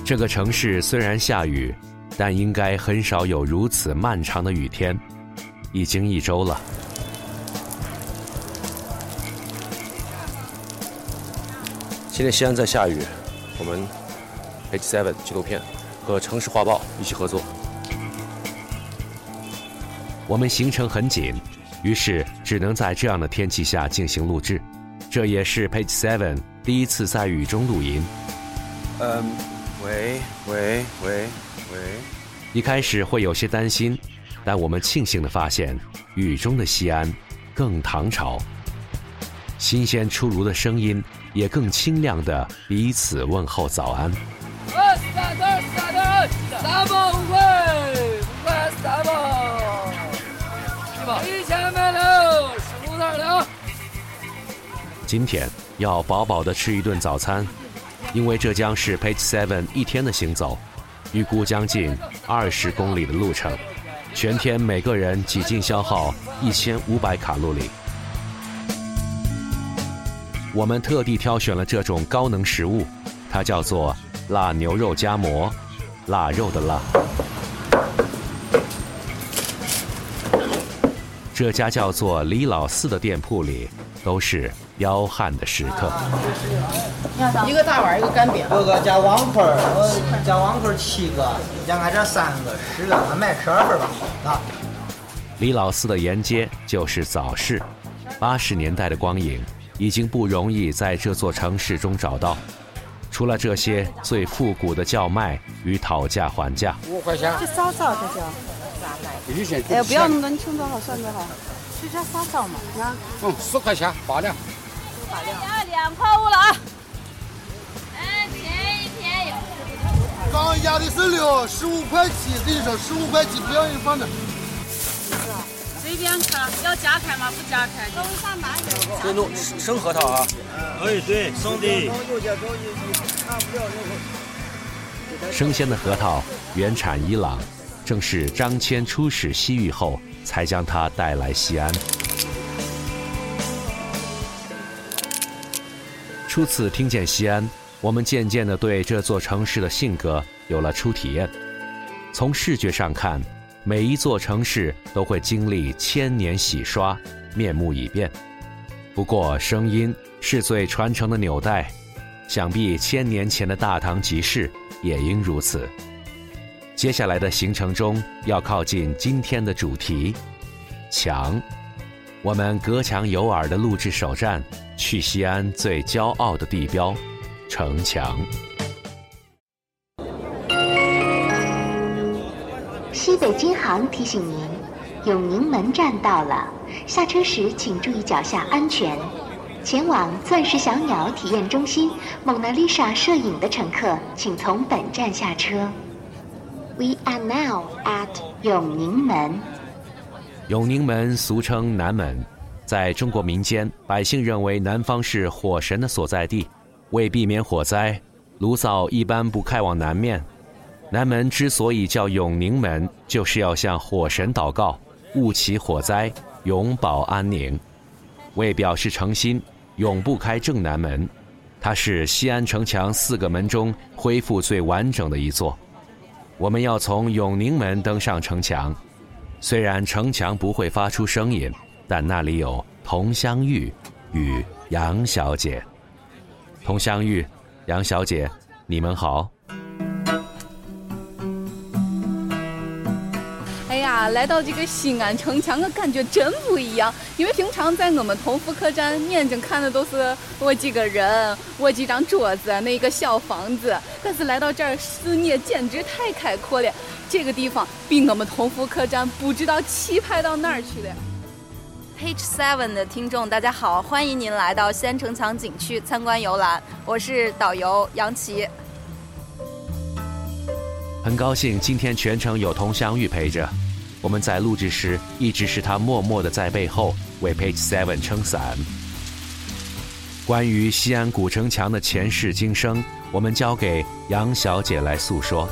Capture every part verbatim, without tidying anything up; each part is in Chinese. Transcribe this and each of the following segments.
这个城市虽然下雨，但应该很少有如此漫长的雨天，已经一周了。 现在西安在下雨，我们 Page Seven 纪录片和城市画报一起合作。 我们行程很紧，于是只能在这样的天气下进行录制。这也是 Page Seven 第一次在雨中录音。 嗯，喂喂喂喂。 一开始会有些担心，但我们庆幸地发现，雨中的西安更唐朝。新鲜出炉的声音也更清亮地彼此问候早安。 三二三二三毛五块，五块三毛，是吧？一千买了，十五袋了。 今天要饱饱地吃一顿早餐，因为这将是 Page Seven 一天的行走，预估将近二十公里的路程，全天每个人几近消耗一千五百卡路里。我们特地挑选了这种高能食物，它叫做腊牛肉夹馍，腊肉的腊。这家叫做李老四的店铺里都是彪悍的食客。 一个大碗，一个干煸， 六个加王坤儿，加王坤儿七个，加俺这三个，十个，俺卖十二份吧。啊！ 李老四的沿街就是早市，八十年代的光影已经不容易在这座城市中找到。除了这些最复古的叫卖与讨价还价， 五块钱， 这少少这叫。 必须先。 哎，不要那么多，你称多少算多少。是这少少嘛？啊。 嗯，四块钱八两。 八两。 两块五了啊！哎，便宜便宜。 刚压的是六，十五块七，跟你说十五块七，不要人放着。 随便吃，要加开吗？不加开。都上哪有？ 这弄生核桃啊？ 哎，对，生的。 生鲜的核桃原产伊朗，正是张骞出使西域后才将它带来西安。初次听见西安，我们渐渐地对这座城市的性格有了初体验。从视觉上看，每一座城市都会经历千年洗刷，面目已变。不过声音是最传承的纽带，想必千年前的大唐集市也应如此。接下来的行程中要靠近今天的主题墙，我们隔墙有耳的录制首站，去西安最骄傲的地标城墙。 西北京航提醒您，永宁门站到了，下车时请注意脚下安全。前往钻石小鸟体验中心蒙娜丽莎摄影的乘客，请从本站下车。We are now at 永宁门。 永宁门俗称南门，在中国民间，百姓认为南方是火神的所在地，为避免火灾，炉灶一般不开往南面。南门之所以叫永宁门，就是要向火神祷告，勿起火灾，永保安宁。为表示诚心，永不开正南门。它是西安城墙四个门中恢复最完整的一座。我们要从永宁门登上城墙，虽然城墙不会发出声音，但那里有佟湘玉与杨小姐。佟湘玉、杨小姐，你们好。 哎呀，来到这个西安城墙的感觉真不一样，因为平常在我们同福客栈眼睛看的都是我几个人，我几张桌子，那个小房子，但是来到这儿视野简直太开阔了，这个地方比我们同福客栈不知道气派到哪儿去了。 Page Seven 的听众大家好，欢迎您来到西安城墙景区参观游览，我是导游杨琪。 很高兴今天全程有佟湘玉陪着，我们在录制时一直是他默默地在背后为 Page Seven 撑伞。关于西安古城墙的前世今生，我们交给杨小姐来诉说。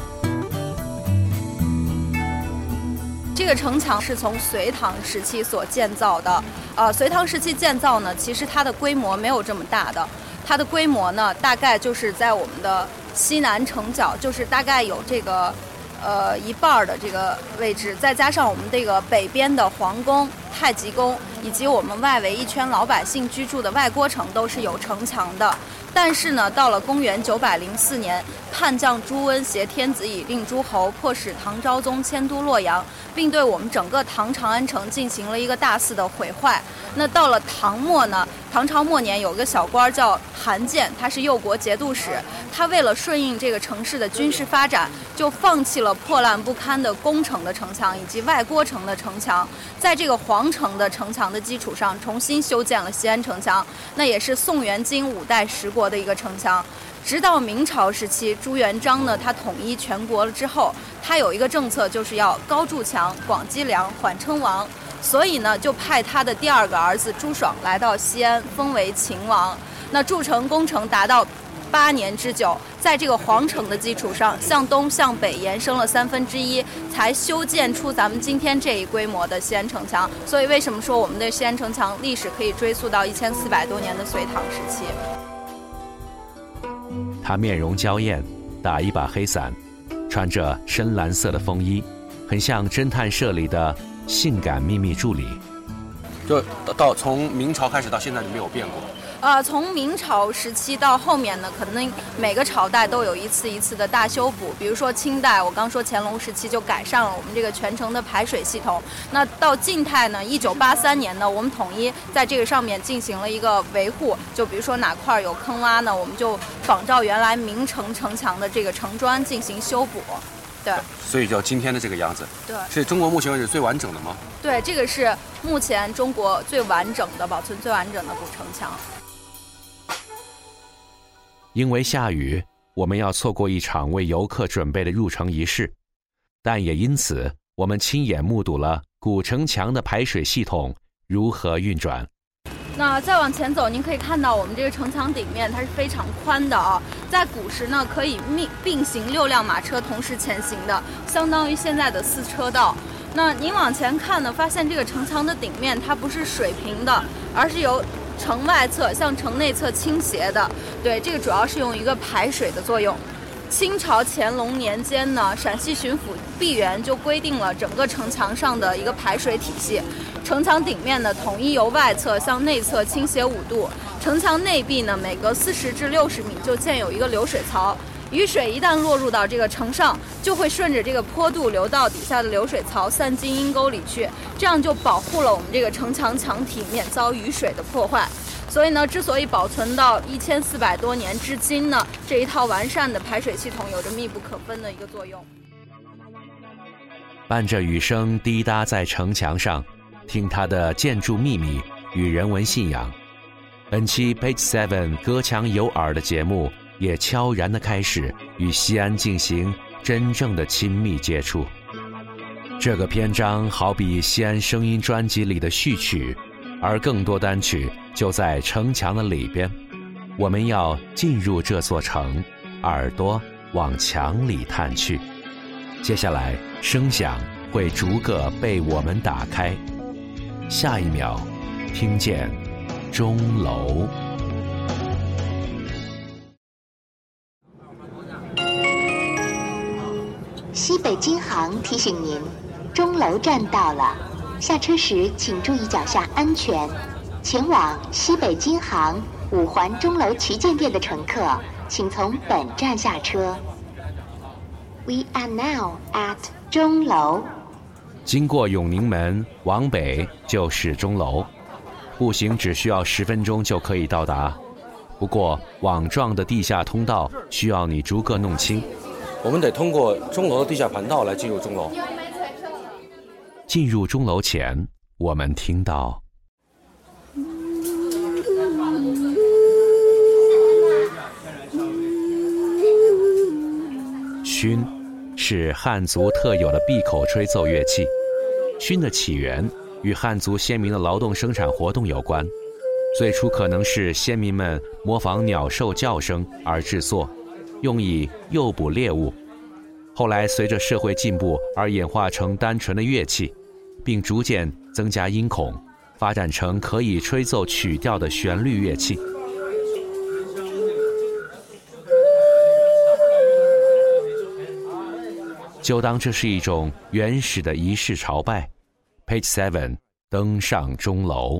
这个城墙是从隋唐时期所建造的，呃，隋唐时期建造呢，其实它的规模没有这么大的，它的规模呢，大概就是在我们的西南城角，就是大概有这个呃一半的这个位置，再加上我们这个北边的皇宫、太极宫，以及我们外围一圈老百姓居住的外郭城都是有城墙的。但是呢，到了公元九百零四年，叛将朱温挟天子以令诸侯，迫使唐昭宗迁都洛阳，并对我们整个唐长安城进行了一个大肆的毁坏。那到了唐末呢，唐朝末年有个小官叫韩建，他是右国节度使，他为了顺应这个城市的军事发展，就放弃了破烂不堪的宫城的城墙以及外郭城的城墙，在这个皇城的城墙的基础上重新修建了西安城墙，那也是宋元金五代十国的一个城墙。直到明朝时期，朱元璋呢，他统一全国了之后，他有一个政策，就是要高筑墙、广积粮、缓称王，所以呢，就派他的第二个儿子朱爽来到西安，封为秦王。那筑城工程达到八年之久，在这个皇城的基础上，向东向北延伸了三分之一，才修建出咱们今天这一规模的西安城墙。所以为什么说我们的西安城墙历史可以追溯到一千四百多年的隋唐时期？ 他面容娇艳，打一把黑伞，穿着深蓝色的风衣，很像侦探社里的性感秘密助理。 就到从明朝开始到现在就没有变过。 呃，从明朝时期到后面呢，可能每个朝代都有一次一次的大修补。比如说清代，我刚说乾隆时期就改善了我们这个全城的排水系统。那到晋太呢，一九八三年呢，我们统一在这个上面进行了一个维护。就比如说哪块有坑洼呢，我们就仿照原来明城城墙的这个城砖进行修补。对， 所以叫今天的这个样子。 对， 是中国目前为止最完整的吗？ 对，这个是目前中国最完整的、保存最完整的古城墙。 因为下雨，我们要错过一场为游客准备的入城仪式，但也因此，我们亲眼目睹了古城墙的排水系统如何运转。 那再往前走，您可以看到我们这个城墙顶面它是非常宽的啊，在古时呢可以并并行六辆马车同时前行的，相当于现在的四车道。那您往前看呢，发现这个城墙的顶面它不是水平的，而是由城外侧向城内侧倾斜的。对，这个主要是用一个排水的作用。清朝乾隆年间呢，陕西巡抚毕沅就规定了整个城墙上的一个排水体系。城墙顶面呢，统一由外侧向内侧倾斜五度。城墙内壁呢，每隔四十至六十米就建有一个流水槽。雨水一旦落入到这个城上，就会顺着这个坡度流到底下的流水槽，散进阴沟里去，这样就保护了我们这个城墙墙体免遭雨水的破坏。所以呢，之所以保存到一千四百多年至今呢，这一套完善的排水系统有着密不可分的一个作用。 伴着雨声滴答在城墙上，听它的建筑秘密与人文信仰。本期 Page Seven 歌腔有耳的节目也悄然地开始与西安进行真正的亲密接触。这个篇章好比西安声音专辑里的序曲，而更多单曲就在城墙的里边。我们要进入这座城，耳朵往墙里探去。接下来声响会逐个被我们打开，下一秒听见钟楼。 西北京杭提醒您，钟楼站到了，下车时请注意脚下安全。前往西北京杭五环钟楼旗舰店的乘客，请从本站下车。We are now at 钟楼。 经过永宁门往北就是钟楼，步行只需要十分钟就可以到达。不过网状的地下通道需要你逐个弄清。 我们得通过钟楼的地下盘道来进入钟楼。 进入钟楼前，我们听到埙，是汉族特有的闭口吹奏乐器。埙的起源与汉族先民的劳动生产活动有关，最初可能是先民们模仿鸟兽叫声而制作，用以诱捕猎物。后来随着社会进步而演化成单纯的乐器，并逐渐增加音孔，发展成可以吹奏曲调的旋律乐器。 就当这是一种原始的仪式朝拜。Page Seven 登上钟楼。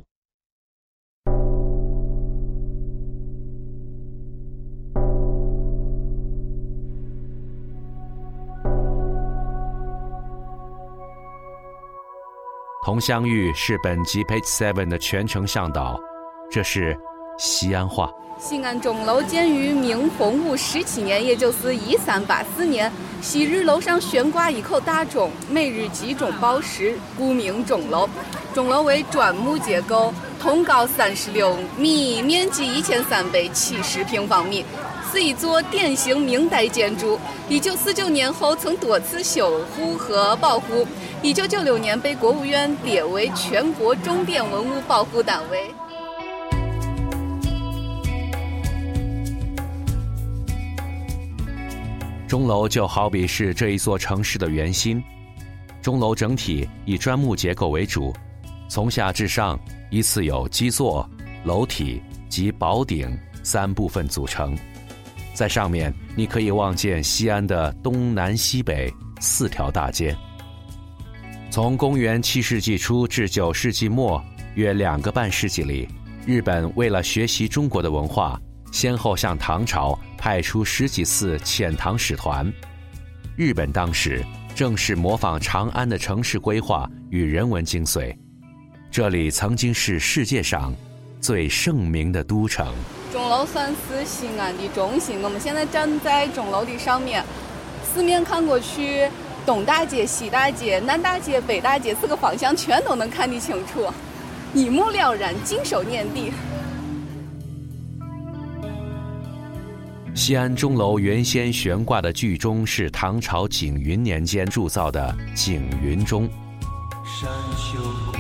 佟湘玉是本集 Page Seven 的全程向导，这是西安话。 西安钟楼建于明洪武十七年，也就是一三八四年。昔日楼上悬挂一口大钟，每日集钟报时，故名钟楼。钟楼为砖木结构，通高三十六米，面积一千三百七十平方米，是一座典型明代建筑。一九四九年后曾多次修护和保护，一九九六年被国务院列为全国重点文物保护单位。 钟楼就好比是这一座城市的圆心，钟楼整体以砖木结构为主，从下至上依次有基座、楼体及宝顶三部分组成。在上面你可以望见西安的东南西北四条大街。从公元七世纪初至九世纪末约两个半世纪里，日本为了学习中国的文化，先后向唐朝派出十几次遣唐使团。日本当时正是模仿长安的城市规划与人文精髓，这里曾经是世界上最盛名的都城。 钟楼算是西安的中心，我们现在站在钟楼的上面，四面看过去，东大街、西大街、南大街、北大街四个方向全都能看得清楚，一目了然，尽收眼底。 西安钟楼原先悬挂的巨钟是唐朝景云年间铸造的景云钟。山修过，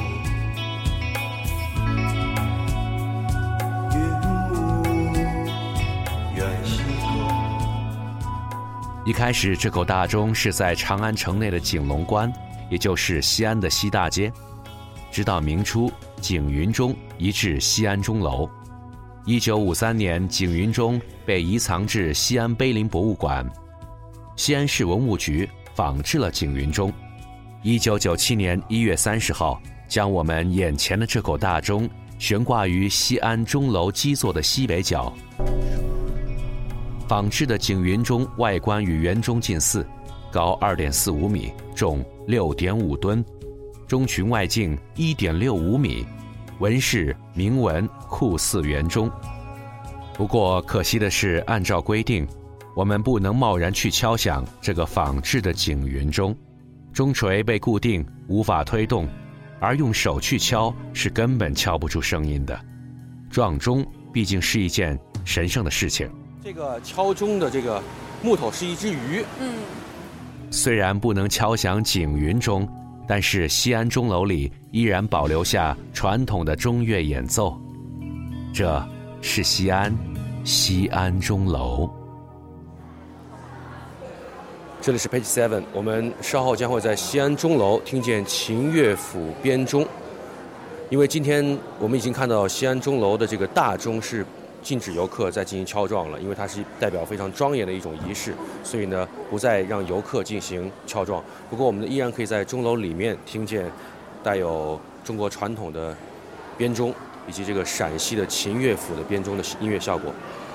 云雾远西过。一开始这口大钟是在长安城内的景龙关，也就是西安的西大街。直到明初，景云钟移至西安钟楼。一九五三年，景云钟被移藏至西安碑林博物馆，西安市文物局仿制了景云钟。一九九七年一月三十号，将我们眼前的这口大钟悬挂于西安钟楼基座的西北角。仿制的景云钟外观与原钟近似，高二点四五米，重六点五吨，钟群外径一点六五米。纹饰铭文酷似圆钟。不过可惜的是，按照规定，我们不能贸然去敲响这个仿制的景云钟，钟锤被固定，无法推动，而用手去敲是根本敲不出声音的。撞钟毕竟是一件神圣的事情。 这个敲钟的这个木头是一只鱼。 嗯， 虽然不能敲响景云钟，但是西安钟楼里依然保留下传统的钟乐演奏，这是西安西安钟楼。 这里是 Page Seven， 我们稍后将会在西安钟楼听见秦乐府编钟。因为今天我们已经看到西安钟楼的这个大钟是禁止游客再进行敲撞了，因为它是代表非常庄严的一种仪式，所以呢不再让游客进行敲撞。不过我们依然可以在钟楼里面听见带有中国传统的编钟以及这个陕西的秦乐府的编钟的音乐效果。